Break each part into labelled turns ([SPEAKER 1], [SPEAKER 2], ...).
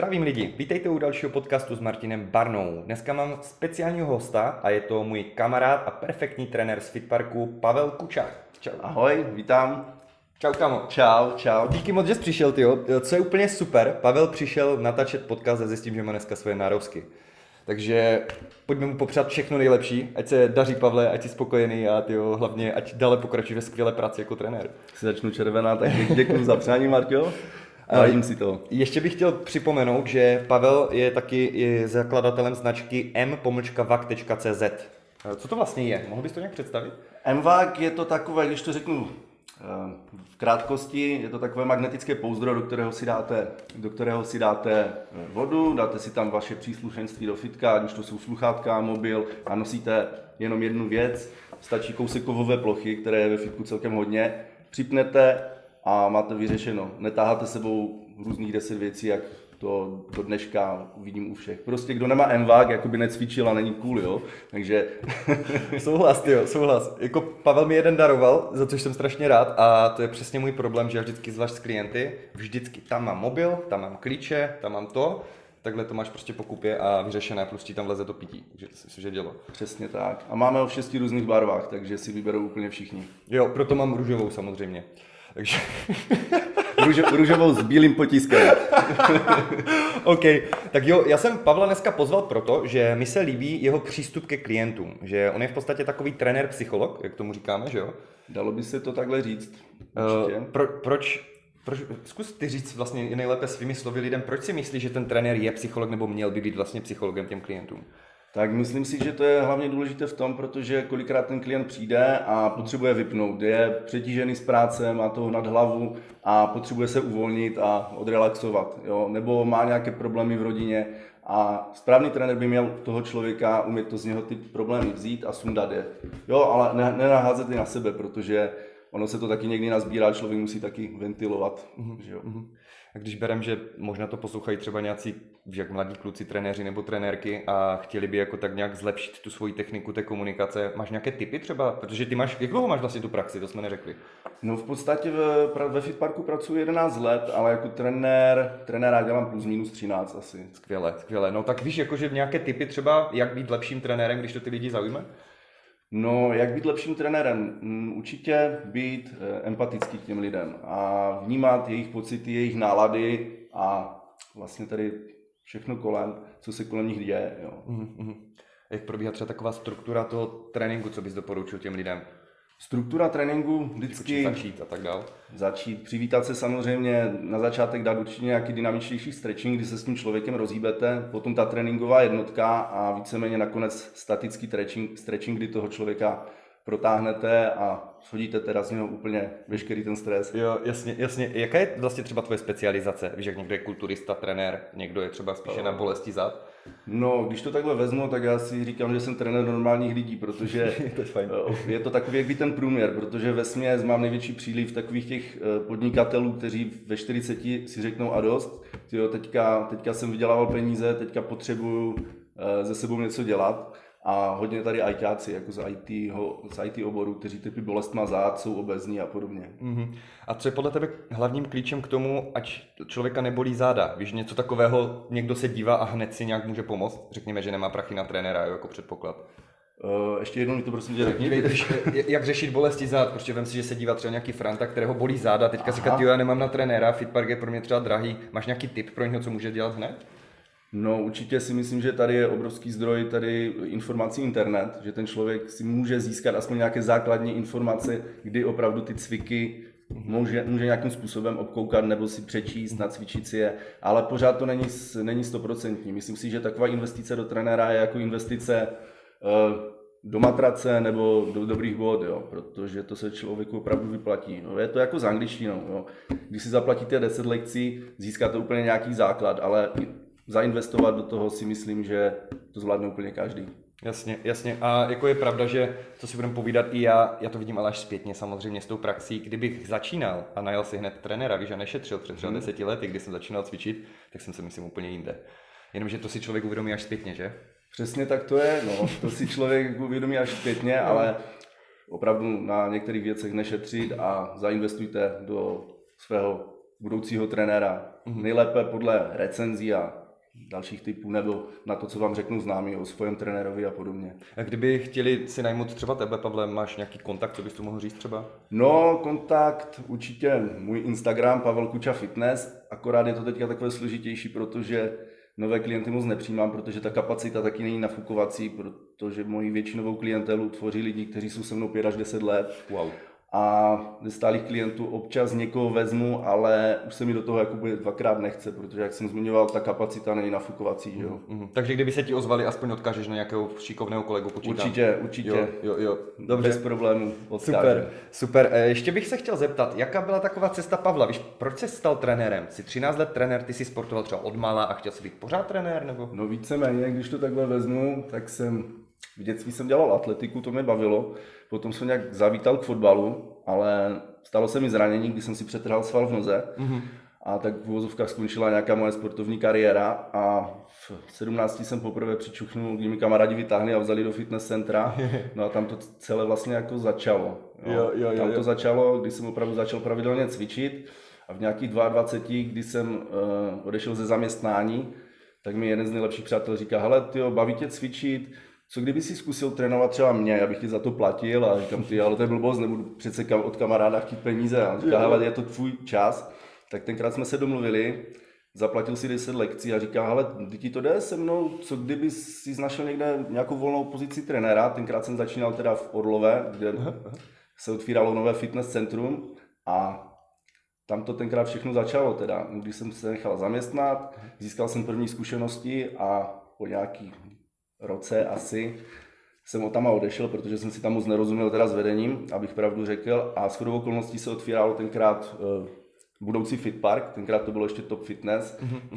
[SPEAKER 1] Zdravím lidi, vítejte u dalšího podcastu s Martinem Barnou. Dneska mám speciálního hosta a je to můj kamarád a perfektní trenér z Fitparku Pavel Kučák.
[SPEAKER 2] Čau. Ahoj, vítám.
[SPEAKER 1] Čau kamo.
[SPEAKER 2] Čau.
[SPEAKER 1] Díky moc, že jsi přišel, tyjo. Co je úplně super, Pavel přišel natáčet podcast a zjistím, že má dneska svoje nárovsky. Takže pojďme mu popřát všechno nejlepší, ať se daří Pavle, ať jsi spokojený a tyjo, hlavně ať dále pokračuje ve skvělé práci jako trenér.
[SPEAKER 2] Si začnu červená, tak děkuji za přání, Marko. Vážím si to.
[SPEAKER 1] Ještě bych chtěl připomenout, že Pavel je taky zakladatelem značky m-vak.cz. Co to vlastně je? Mohl bys to nějak představit?
[SPEAKER 2] MVAK je to takové, když to řeknu v krátkosti, je to takové magnetické pouzdro, do kterého si dáte vodu, dáte si tam vaše příslušenství do fitka, ať už to jsou sluchátka, mobil a nosíte jenom jednu věc. Stačí kousek kovové plochy, které je ve fitku celkem hodně, připnete a máte vyřešeno. Netáháte sebou různých 10 věcí, jak to do dneška vidím u všech. Prostě kdo nemá MVAK, jako by necvičil a není cool, jo. Takže
[SPEAKER 1] souhlas. Jako Pavel mi jeden daroval, za což jsem strašně rád a to je přesně můj problém, že já vždycky zvlášť s klienty, vždycky tam mám mobil, tam mám klíče, tam mám to, takhle to máš prostě po kupě a vyřešené, plus ti tam vleze to pití, takže to si dělo.
[SPEAKER 2] Přesně tak. A máme ho v 6 různých barvách, takže si vyberou úplně všichni.
[SPEAKER 1] Jo, proto mám růžovou samozřejmě. Takže...
[SPEAKER 2] Růžovou s bílým potiskem.
[SPEAKER 1] OK, tak jo, já jsem Pavla dneska pozval proto, že mi se líbí jeho přístup ke klientům, že on je v podstatě takový trenér-psycholog, jak tomu říkáme, že jo?
[SPEAKER 2] Dalo by se to takhle říct.
[SPEAKER 1] Proč, zkus ty říct vlastně nejlépe svými slovy lidem, proč si myslíš, že ten trenér je psycholog nebo měl by být vlastně psychologem těm klientům?
[SPEAKER 2] Tak myslím si, že to je hlavně důležité v tom, protože kolikrát ten klient přijde a potřebuje vypnout. Je přetížený z práce, má toho nad hlavu a potřebuje se uvolnit a odrelaxovat. Jo? Nebo má nějaké problémy v rodině a správný trenér by měl toho člověka umět to z něho ty problémy vzít a sundat je. Jo, ale nenaházet je na sebe, protože ono se to taky někdy nazbírá, člověk musí taky ventilovat. Že jo?
[SPEAKER 1] A když berem, že možná to poslouchají třeba nějací jak mladí kluci, trenéři nebo trenérky a chtěli by jako tak nějak zlepšit tu svoji techniku té komunikace, máš nějaké tipy třeba? Protože ty máš, jak dlouho máš vlastně tu praxi, to jsme neřekli.
[SPEAKER 2] No v podstatě ve Fitparku pracuji 11 let, ale jako trenéra dělám plus minus 13 asi.
[SPEAKER 1] Skvěle. No tak víš, jakože nějaké tipy třeba, jak být lepším trenérem, když to ty lidi zaujme?
[SPEAKER 2] No, jak být lepším trenérem? Určitě být empatický k těm lidem a vnímat jejich pocity, jejich nálady a vlastně tady všechno kolem, co se kolem nich děje. Jo.
[SPEAKER 1] Jak probíhá třeba taková struktura toho tréninku, co bys doporučil těm lidem?
[SPEAKER 2] Struktura tréninku vždycky
[SPEAKER 1] začít a tak dál.
[SPEAKER 2] Přivítat se samozřejmě, na začátek dát určitě nějaký dynamičtější stretching, kdy se s tím člověkem rozhýbete, potom ta tréninková jednotka a víceméně nakonec statický stretching, kdy toho člověka protáhnete a shodíte teda z něho úplně veškerý ten stres.
[SPEAKER 1] Jo, jasně. Jaká je vlastně třeba tvoje specializace? Víš, jak někdo je kulturista, trenér, někdo je třeba spíše na bolesti zad?
[SPEAKER 2] No, když to takhle vezmu, tak já si říkám, že jsem trenér normálních lidí, protože je to takový jak by ten průměr, protože vesměs mám největší příliv takových těch podnikatelů, kteří ve 40 si řeknou a dost, tyjo, teďka jsem vydělával peníze, teďka potřebuju ze sebou něco dělat. A hodně tady ajťáci, jako z IT oboru, kteří trpí bolestma zád, jsou obézní a podobně.
[SPEAKER 1] A co je podle tebe hlavním klíčem k tomu, ať člověka nebolí záda? Víš, něco takového, někdo se dívá a hned si nějak může pomoct? Řekněme, že nemá prachy na trenéra jako předpoklad.
[SPEAKER 2] Ještě jednou mi to prosím tě řekni.
[SPEAKER 1] Jak řešit bolesti zád? Prostě vem si, že se dívá třeba nějaký Franta, kterého bolí záda, teďka si říká, já nemám na trenéra, Fitpark je pro mě třeba drahý. Máš nějaký tip pro něho, co může dělat hned?
[SPEAKER 2] No určitě si myslím, že tady je obrovský zdroj tady informací internet, že ten člověk si může získat aspoň nějaké základní informace, kdy opravdu ty cviky může nějakým způsobem obkoukat nebo si přečíst, nacvičit si je, ale pořád to není 100%. Myslím si, že taková investice do trenéra je jako investice do matrace nebo do dobrých bod, jo, protože to se člověku opravdu vyplatí. No, je to jako s angličtinou. Jo. Když si zaplatíte 10 lekcí, získáte úplně nějaký základ, ale zainvestovat do toho si myslím, že to zvládne úplně každý.
[SPEAKER 1] Jasně. A jako je pravda, že co si budeme povídat i já to vidím ale až zpětně samozřejmě s tou praxí. Kdybych začínal a najel si hned trenéra, víš, a nešetřil před třeba 10 lety, kdy jsem začínal cvičit, tak jsem se myslím úplně jinde. Jenomže to si člověk uvědomí až zpětně, že?
[SPEAKER 2] Přesně tak to je, no. To si člověk uvědomí až zpětně, ale opravdu na některých věcech nešetřit a zainvestujte do svého budoucího trenéra. Nejlépe podle recenzí a dalších typů, nebo na to, co vám řeknu známí o svém trenérovi a podobně.
[SPEAKER 1] A kdyby chtěli si najmout třeba tebe, Pavle, máš nějaký kontakt, co bys tu mohl říct třeba?
[SPEAKER 2] No, kontakt určitě můj Instagram, Pavel Kuča Fitness, akorát je to teďka takové složitější, protože nové klienty moc nepřijímám, protože ta kapacita taky není nafukovací, protože moji většinovou klientelu tvoří lidi, kteří jsou se mnou 5 až 10 let.
[SPEAKER 1] Wow.
[SPEAKER 2] A ze stálých klientů občas někoho vezmu, ale už se mi do toho jakoby dvakrát nechce, protože jak jsem zmiňoval, ta kapacita není nafukovací, že jo.
[SPEAKER 1] Takže kdyby se ti ozvali, aspoň odkážeš na nějakého šikovného kolegu, počítám.
[SPEAKER 2] Určitě.
[SPEAKER 1] Jo. Dobře.
[SPEAKER 2] Bez problémů odkážu.
[SPEAKER 1] Super. Ještě bych se chtěl zeptat, jaká byla taková cesta Pavla? Víš, proč jsi stal trenérem? Jsi 13 let trenér, ty jsi sportoval třeba od mala a chtěl jsi být pořád trenér, nebo?
[SPEAKER 2] No víceméně, když to takhle vezmu, tak v dětství jsem dělal atletiku, to mě bavilo. Potom jsem nějak zavítal k fotbalu, ale stalo se mi zranění, když jsem si přetrhal sval v noze. A tak v uvozovkách skončila nějaká moje sportovní kariéra a v 17 jsem poprvé přičuchnul, kdy mi kamarádi vytáhli a vzali do fitness centra. No a tam to celé vlastně jako začalo. Tam to začalo, když jsem opravdu začal pravidelně cvičit a v nějakých 22, kdy jsem odešel ze zaměstnání, tak mi jeden z nejlepších přátel říká, hele tyjo, baví tě cvičit, co kdyby si zkusil trénovat třeba mě, já bych ti za to platil a říkám ty, ale to je blbost, nebudu přece od kamaráda chtít peníze. A on říká, hele, je to tvůj čas. Tak tenkrát jsme se domluvili, zaplatil si 10 lekcí a říká, hele, ti to jde se mnou, co kdyby si našel někde nějakou volnou pozici trenéra. Tenkrát jsem začínal teda v Orlové, kde se otvíralo nové fitness centrum a tam to tenkrát všechno začalo teda. Když jsem se nechal zaměstnat, získal jsem první zkušenosti a po nějaký roce asi jsem od tam odešel, protože jsem si tam moc nerozuměl teda s vedením, abych pravdu řekl, a shodou okolností se otvíralo tenkrát budoucí Fit Park, tenkrát to bylo ještě Top Fitness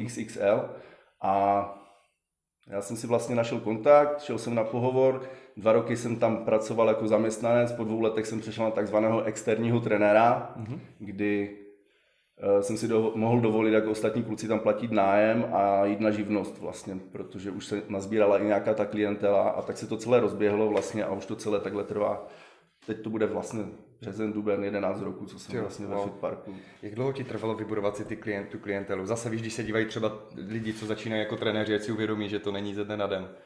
[SPEAKER 2] XXL a já jsem si vlastně našel kontakt, šel jsem na pohovor, 2 roky jsem tam pracoval jako zaměstnanec, po 2 letech jsem přešel na takzvaného externího trenéra, kdy jsem si mohl dovolit jako ostatní kluci tam platit nájem a jít na živnost vlastně, protože už se nazbírala i nějaká ta klientela a tak se to celé rozběhlo vlastně a už to celé takhle trvá. Teď to bude vlastně březen, duben, 11 roku, co jsem vlastně ve Fit Parku.
[SPEAKER 1] Jak dlouho ti trvalo vybudovat si tu klientelu? Zase víš, když se dívají třeba lidi, co začínají jako trenéři, si uvědomí, že to není ze dne na den.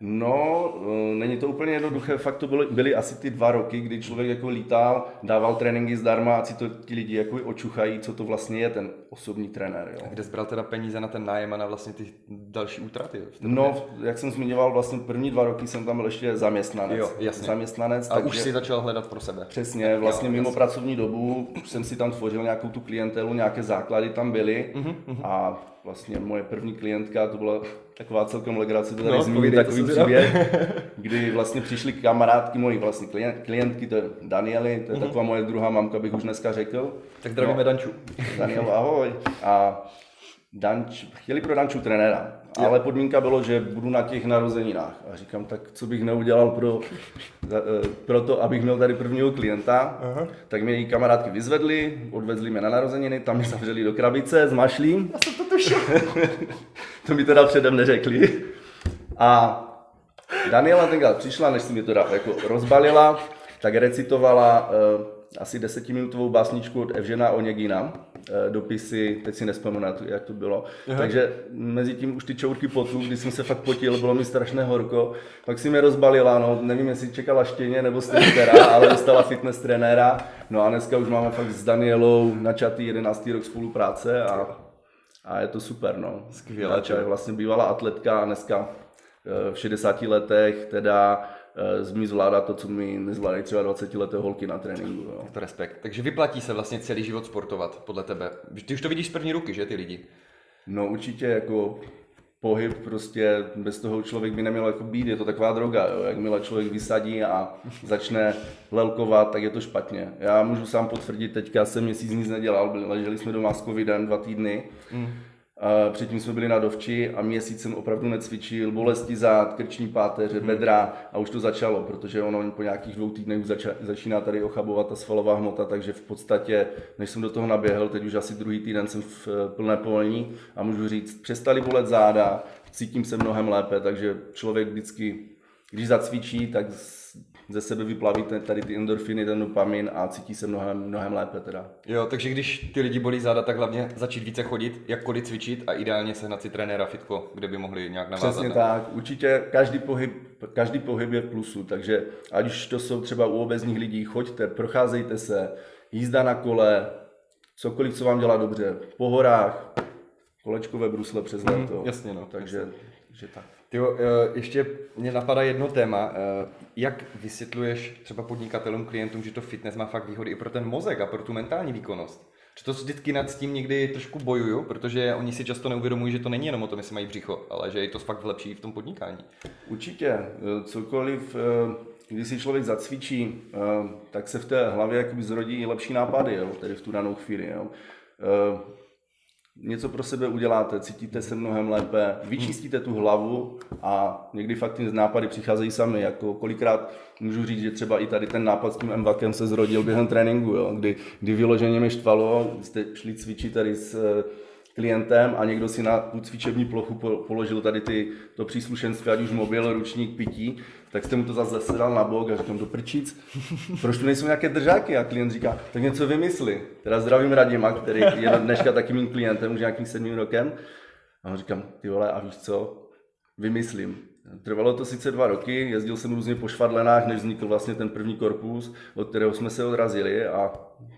[SPEAKER 2] No, není to úplně jednoduché, fakt to byly asi ty 2 roky, kdy člověk jako lítal, dával tréninky zdarma a si to ti lidi jako očuchají, co to vlastně je ten osobní trenér. Jo.
[SPEAKER 1] A kde jsi bral teda peníze na ten nájem a na vlastně ty další útraty?
[SPEAKER 2] No, jak jsem zmiňoval, vlastně první 2 roky jsem tam byl ještě zaměstnanec.
[SPEAKER 1] Jo, jasně.
[SPEAKER 2] Zaměstnanec,
[SPEAKER 1] a už si začal hledat pro sebe.
[SPEAKER 2] Přesně, vlastně mimo pracovní dobu už jsem si tam tvořil nějakou tu klientelu, nějaké základy tam byly a vlastně moje první klientka, to byla taková celkem legrace, to tady zmíním takový příběh, kdy vlastně přišly kamarádky mojí vlastně klientky, to je Daniely, to je taková moje druhá mamka, bych už dneska řekl.
[SPEAKER 1] Tak zdravíme Danču.
[SPEAKER 2] Daniel, ahoj. A chtěli pro Danču trenéra, ale podmínka bylo, že budu na těch narozeninách. A říkám, tak co bych neudělal pro to, abych měl tady prvního klienta. Tak mě její kamarádky vyzvedly, odvezli mě na narozeniny, tam mě zavřeli do krabice s mašlím.
[SPEAKER 1] Já jsem to tušil.
[SPEAKER 2] To mi teda předem neřekli. A Daniela tenkrát přišla, než si mi to jako rozbalila, tak recitovala asi 10minutovou básničku od Evžena Oněgina, dopisy, teď si nespomenu, jak to bylo. Takže mezi tím už ty čourky potu, když jsem se fakt potil, bylo mi strašné horko, pak si mě rozbalila, no nevím, jestli čekala štěně nebo striptera, ale dostala fitness trenéra. No a dneska už máme fakt s Danielou načatý 11. rok spolupráce a je to super, no.
[SPEAKER 1] Skvělé.
[SPEAKER 2] Je vlastně bývalá atletka a dneska v 60 letech teda zmí zvládá to, co mi nezvládají třeba 20leté holky na tréninku. Jo.
[SPEAKER 1] To respekt. Takže vyplatí se vlastně celý život sportovat, podle tebe. Ty už to vidíš z první ruky, že ty lidi?
[SPEAKER 2] No určitě jako pohyb prostě, bez toho člověk by neměl jako být, je to taková droga, jo. Jakmile člověk vysadí a začne lelkovat, tak je to špatně. Já můžu sám potvrdit, teďka jsem měsíc nic nedělal, leželi jsme doma s covidem 2 týdny. Předtím jsme byli na Dovči a měsíc jsem opravdu necvičil, bolesti zad, krční páteře, bedra a už to začalo, protože ono po nějakých 2 týdnech už začíná tady ochabovat ta svalová hmota, takže v podstatě, než jsem do toho naběhl, teď už asi 2. týden jsem v plné povolení a můžu říct, přestali bolet záda, cítím se mnohem lépe, takže člověk vždycky, když zacvičí, tak ze sebe vyplaví tady ty endorfiny, ten dopamin a cítí se mnohem lépe teda.
[SPEAKER 1] Jo, takže když ty lidi bolí záda, tak hlavně začít více chodit, jakkoliv cvičit a ideálně sehnat si trenéra fitko, kde by mohli nějak navázat.
[SPEAKER 2] Přesně tak, určitě každý pohyb je v plusu, takže ať už to jsou třeba u obézních lidí, choďte, procházejte se, jízda na kole, cokoliv, co vám dělá dobře, po horách, kolečkové brusle přes léto.
[SPEAKER 1] Jasně, no.
[SPEAKER 2] Takže tak.
[SPEAKER 1] Tyjo, ještě mě napadá jedno téma. Jak vysvětluješ třeba podnikatelům, klientům, že to fitness má fakt výhody i pro ten mozek a pro tu mentální výkonnost? Že to vždycky nad tím někdy trošku bojuju, protože oni si často neuvědomují, že to není jenom o tom, jestli mají břicho, ale že je to fakt lepší i v tom podnikání.
[SPEAKER 2] Určitě. Cokoliv, když si člověk zacvičí, tak se v té hlavě jakoby zrodí i lepší nápady, jo? Tedy v tu danou chvíli. Jo? Něco pro sebe uděláte, cítíte se mnohem lépe, vyčistíte tu hlavu a někdy fakt ty nápady přicházejí sami. Jako kolikrát můžu říct, že třeba i tady ten nápad s tím MVAKem se zrodil během tréninku, jo? Kdy vyloženě mě štvalo, jste šli cvičit tady s klientem a někdo si na tu cvičební plochu položil tady to příslušenství, ať už mobil, ručník, pití, tak jste mu to zase sedal na bok a říkám, do prčic, proč tu nejsou nějaké držáky? A klient říká, tak něco vymysli. Teda zdravím Radima, který je dneška taky mým klientem už nějakým 7 rokem. A on říkám, ty vole, a víš co, vymyslím. Trvalo to sice 2 roky, jezdil jsem různě po švadlenách, než vznikl vlastně ten první korpus, od kterého jsme se odrazili a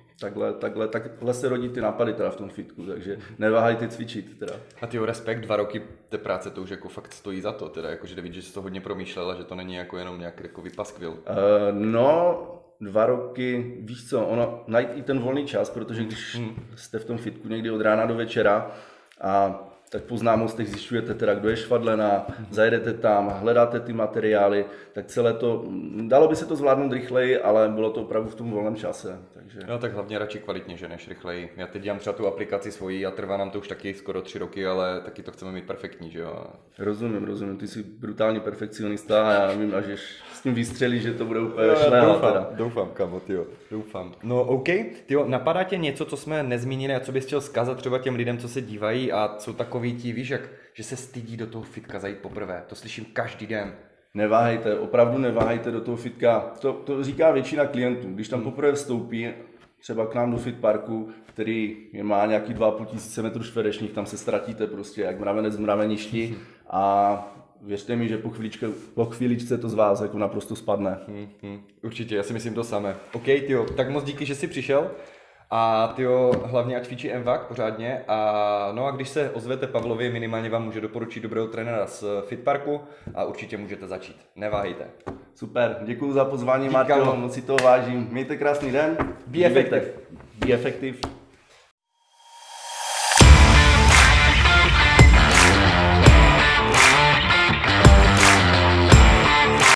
[SPEAKER 2] takhle se rodí ty nápady teda v tom fitku, takže neváhajte cvičit teda.
[SPEAKER 1] A ty respekt, 2 roky té práce, to už jako fakt stojí za to, teda jakože vidět, že jsi to hodně promýšlel a že to není jako jenom nějak jako vypaskvil.
[SPEAKER 2] No, 2 roky, víš co, ono, najít i ten volný čas, protože když jste v tom fitku někdy od rána do večera a tak po známostech zjišťujete teda, kdo je švadlena, zajedete tam, hledáte ty materiály, tak celé to, dalo by se to zvládnout rychleji, ale bylo to opravdu v tom volném čase. Takže...
[SPEAKER 1] No tak hlavně radši kvalitně, že než rychleji. Já teď dělám třeba tu aplikaci svoji a trvá nám to už taky skoro 3 roky, ale taky to chceme mít perfektní, že jo.
[SPEAKER 2] Rozumím, ty jsi brutální perfekcionista a já vím, až s tím vystřelíš, že to bude úplně šleha.
[SPEAKER 1] Doufám, kamo, tyjo, doufám. No OK, tyjo, napadá tě něco, co jsme nezmínili a co bys chtěl vzkázat třeba těm lidem, co se dívají a jsou takový ti, víš, že se stydí do toho fitka zajít poprvé. To slyším každý den.
[SPEAKER 2] Neváhejte, opravdu neváhejte do toho fitka. To říká většina klientů. Když tam poprvé vstoupí třeba k nám do fitparku, který má nějaký 2500 m2, tam se ztratíte prostě jak mravenec v mraveništi a věřte mi, že po chvíličce to z vás jako naprosto spadne.
[SPEAKER 1] Určitě, já si myslím to samé. OK, tyjo, tak moc díky, že jsi přišel. A tyjo, hlavně ať cvičí MVAK pořádně a no a když se ozvete Pavlovi, minimálně vám může doporučit dobrého trenéra z fitparku a určitě můžete začít. Neváhejte.
[SPEAKER 2] Super, děkuji za pozvání, Marťo, moc si toho vážím. Mějte krásný den.
[SPEAKER 1] Be effective.
[SPEAKER 2] Be effective.